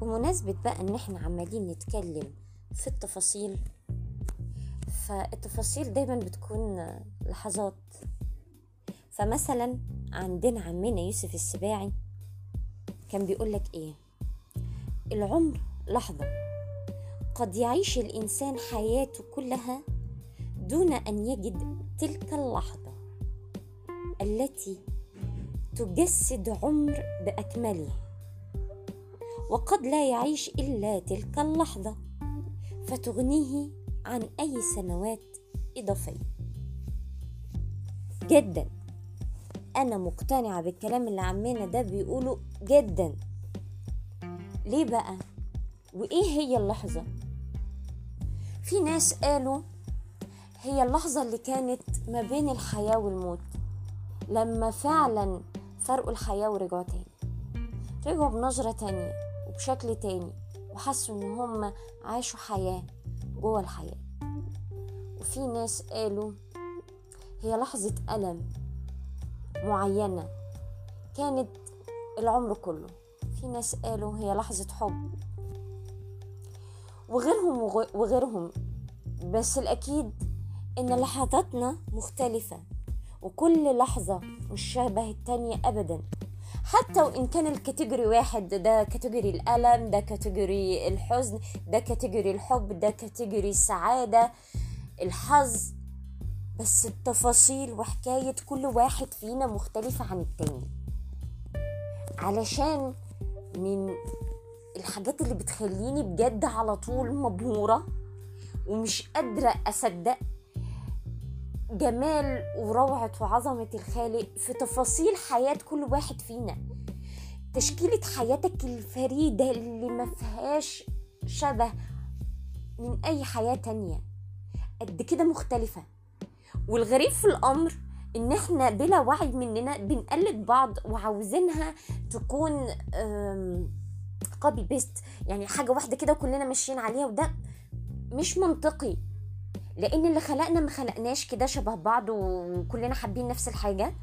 بمناسبة بقى ان احنا عمالين نتكلم في التفاصيل، فالتفاصيل دايما بتكون لحظات. فمثلا عندنا عمنا يوسف السباعي كان بيقولك ايه: العمر لحظة قد يعيش الإنسان حياته كلها دون أن يجد تلك اللحظة التي تجسد عمر بأكمله، وقد لا يعيش إلا تلك اللحظة فتغنيه عن أي سنوات إضافية. جدا أنا مقتنعة بالكلام اللي عمنا ده بيقوله جدا. ليه بقى؟ وإيه هي اللحظة؟ في ناس قالوا هي اللحظة اللي كانت ما بين الحياة والموت، لما فعلا فرقوا الحياة ورجعوا تاني، رجعوا بنظرة تانية وبشكل تاني، وحسوا ان هم عاشوا حياة جوه الحياة. وفي ناس قالوا هي لحظة ألم معينة كانت العمر كله. في ناس قالوا هي لحظة حب، وغيرهم. بس الأكيد إن لحظاتنا مختلفة، وكل لحظة مش شبه التانية أبدا، حتى وإن كان الكاتيجوري واحد. ده كاتيجوري الألم، ده كاتيجوري الحزن، ده كاتيجوري الحب، ده كاتيجوري السعادة، الحظ. بس التفاصيل وحكاية كل واحد فينا مختلفة عن التاني. علشان من الحاجات اللي بتخليني بجد على طول مبهورة ومش قادرة أصدق جمال وروعة وعظمة الخالق في تفاصيل حياة كل واحد فينا. تشكيلة حياتك الفريدة اللي ما فيهاش شبه من أي حياة تانية، قد كده مختلفة. والغريب في الأمر إن إحنا بلا وعي مننا بنقلد بعض وعاوزينها تكون كوبي بيست، يعني حاجة واحدة كده كلنا ماشيين عليها، وده مش منطقي. لأن اللي خلقنا ما خلقناش كده شبه بعض وكلنا حابين نفس الحاجة.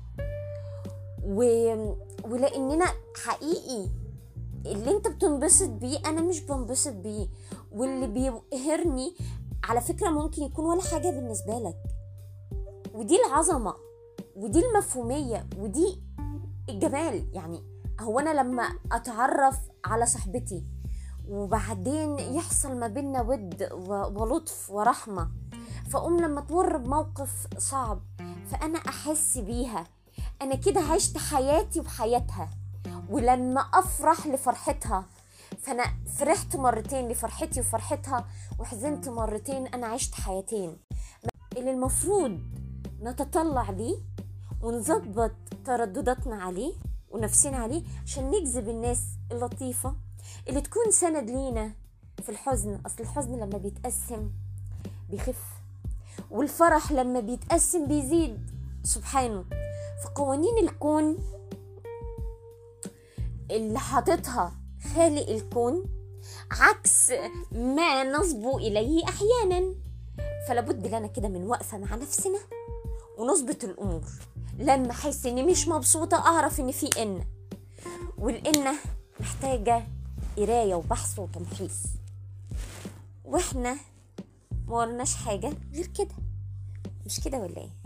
ولأننا حقيقي اللي انت بتنبسط بيه أنا مش بنبسط بيه، واللي بيبهرني على فكرة ممكن يكون ولا حاجة بالنسبة لك. ودي العظمة، ودي المفهومية، ودي الجمال. يعني هو أنا لما أتعرف على صاحبتي وبعدين يحصل ما بيننا ود ولطف ورحمة، فأقوم لما تمر بموقف صعب فأنا أحس بيها، أنا كده عشت حياتي وحياتها. ولما أفرح لفرحتها فأنا فرحت مرتين لفرحتي وفرحتها، وحزنت مرتين، أنا عشت حياتين. اللي المفروض نتطلع ليه ونظبط تردداتنا عليه ونفسنا عليه عشان نجذب الناس اللطيفة اللي تكون سند لينا في الحزن. أصل الحزن لما بيتقسم بيخف، والفرح لما بيتقسم بيزيد. سبحانه. في قوانين الكون اللي حاططها خالق الكون عكس ما نصبو إليه أحيانا، فلابد لنا كده من وقفة مع نفسنا ونظبط الأمور. لما أحس إني مش مبسوطة أعرف إن في إن، والإنة محتاجة قراية وبحث وتمحيص، وإحنا ما ورناش حاجة غير كده. مش كده ولا إيه؟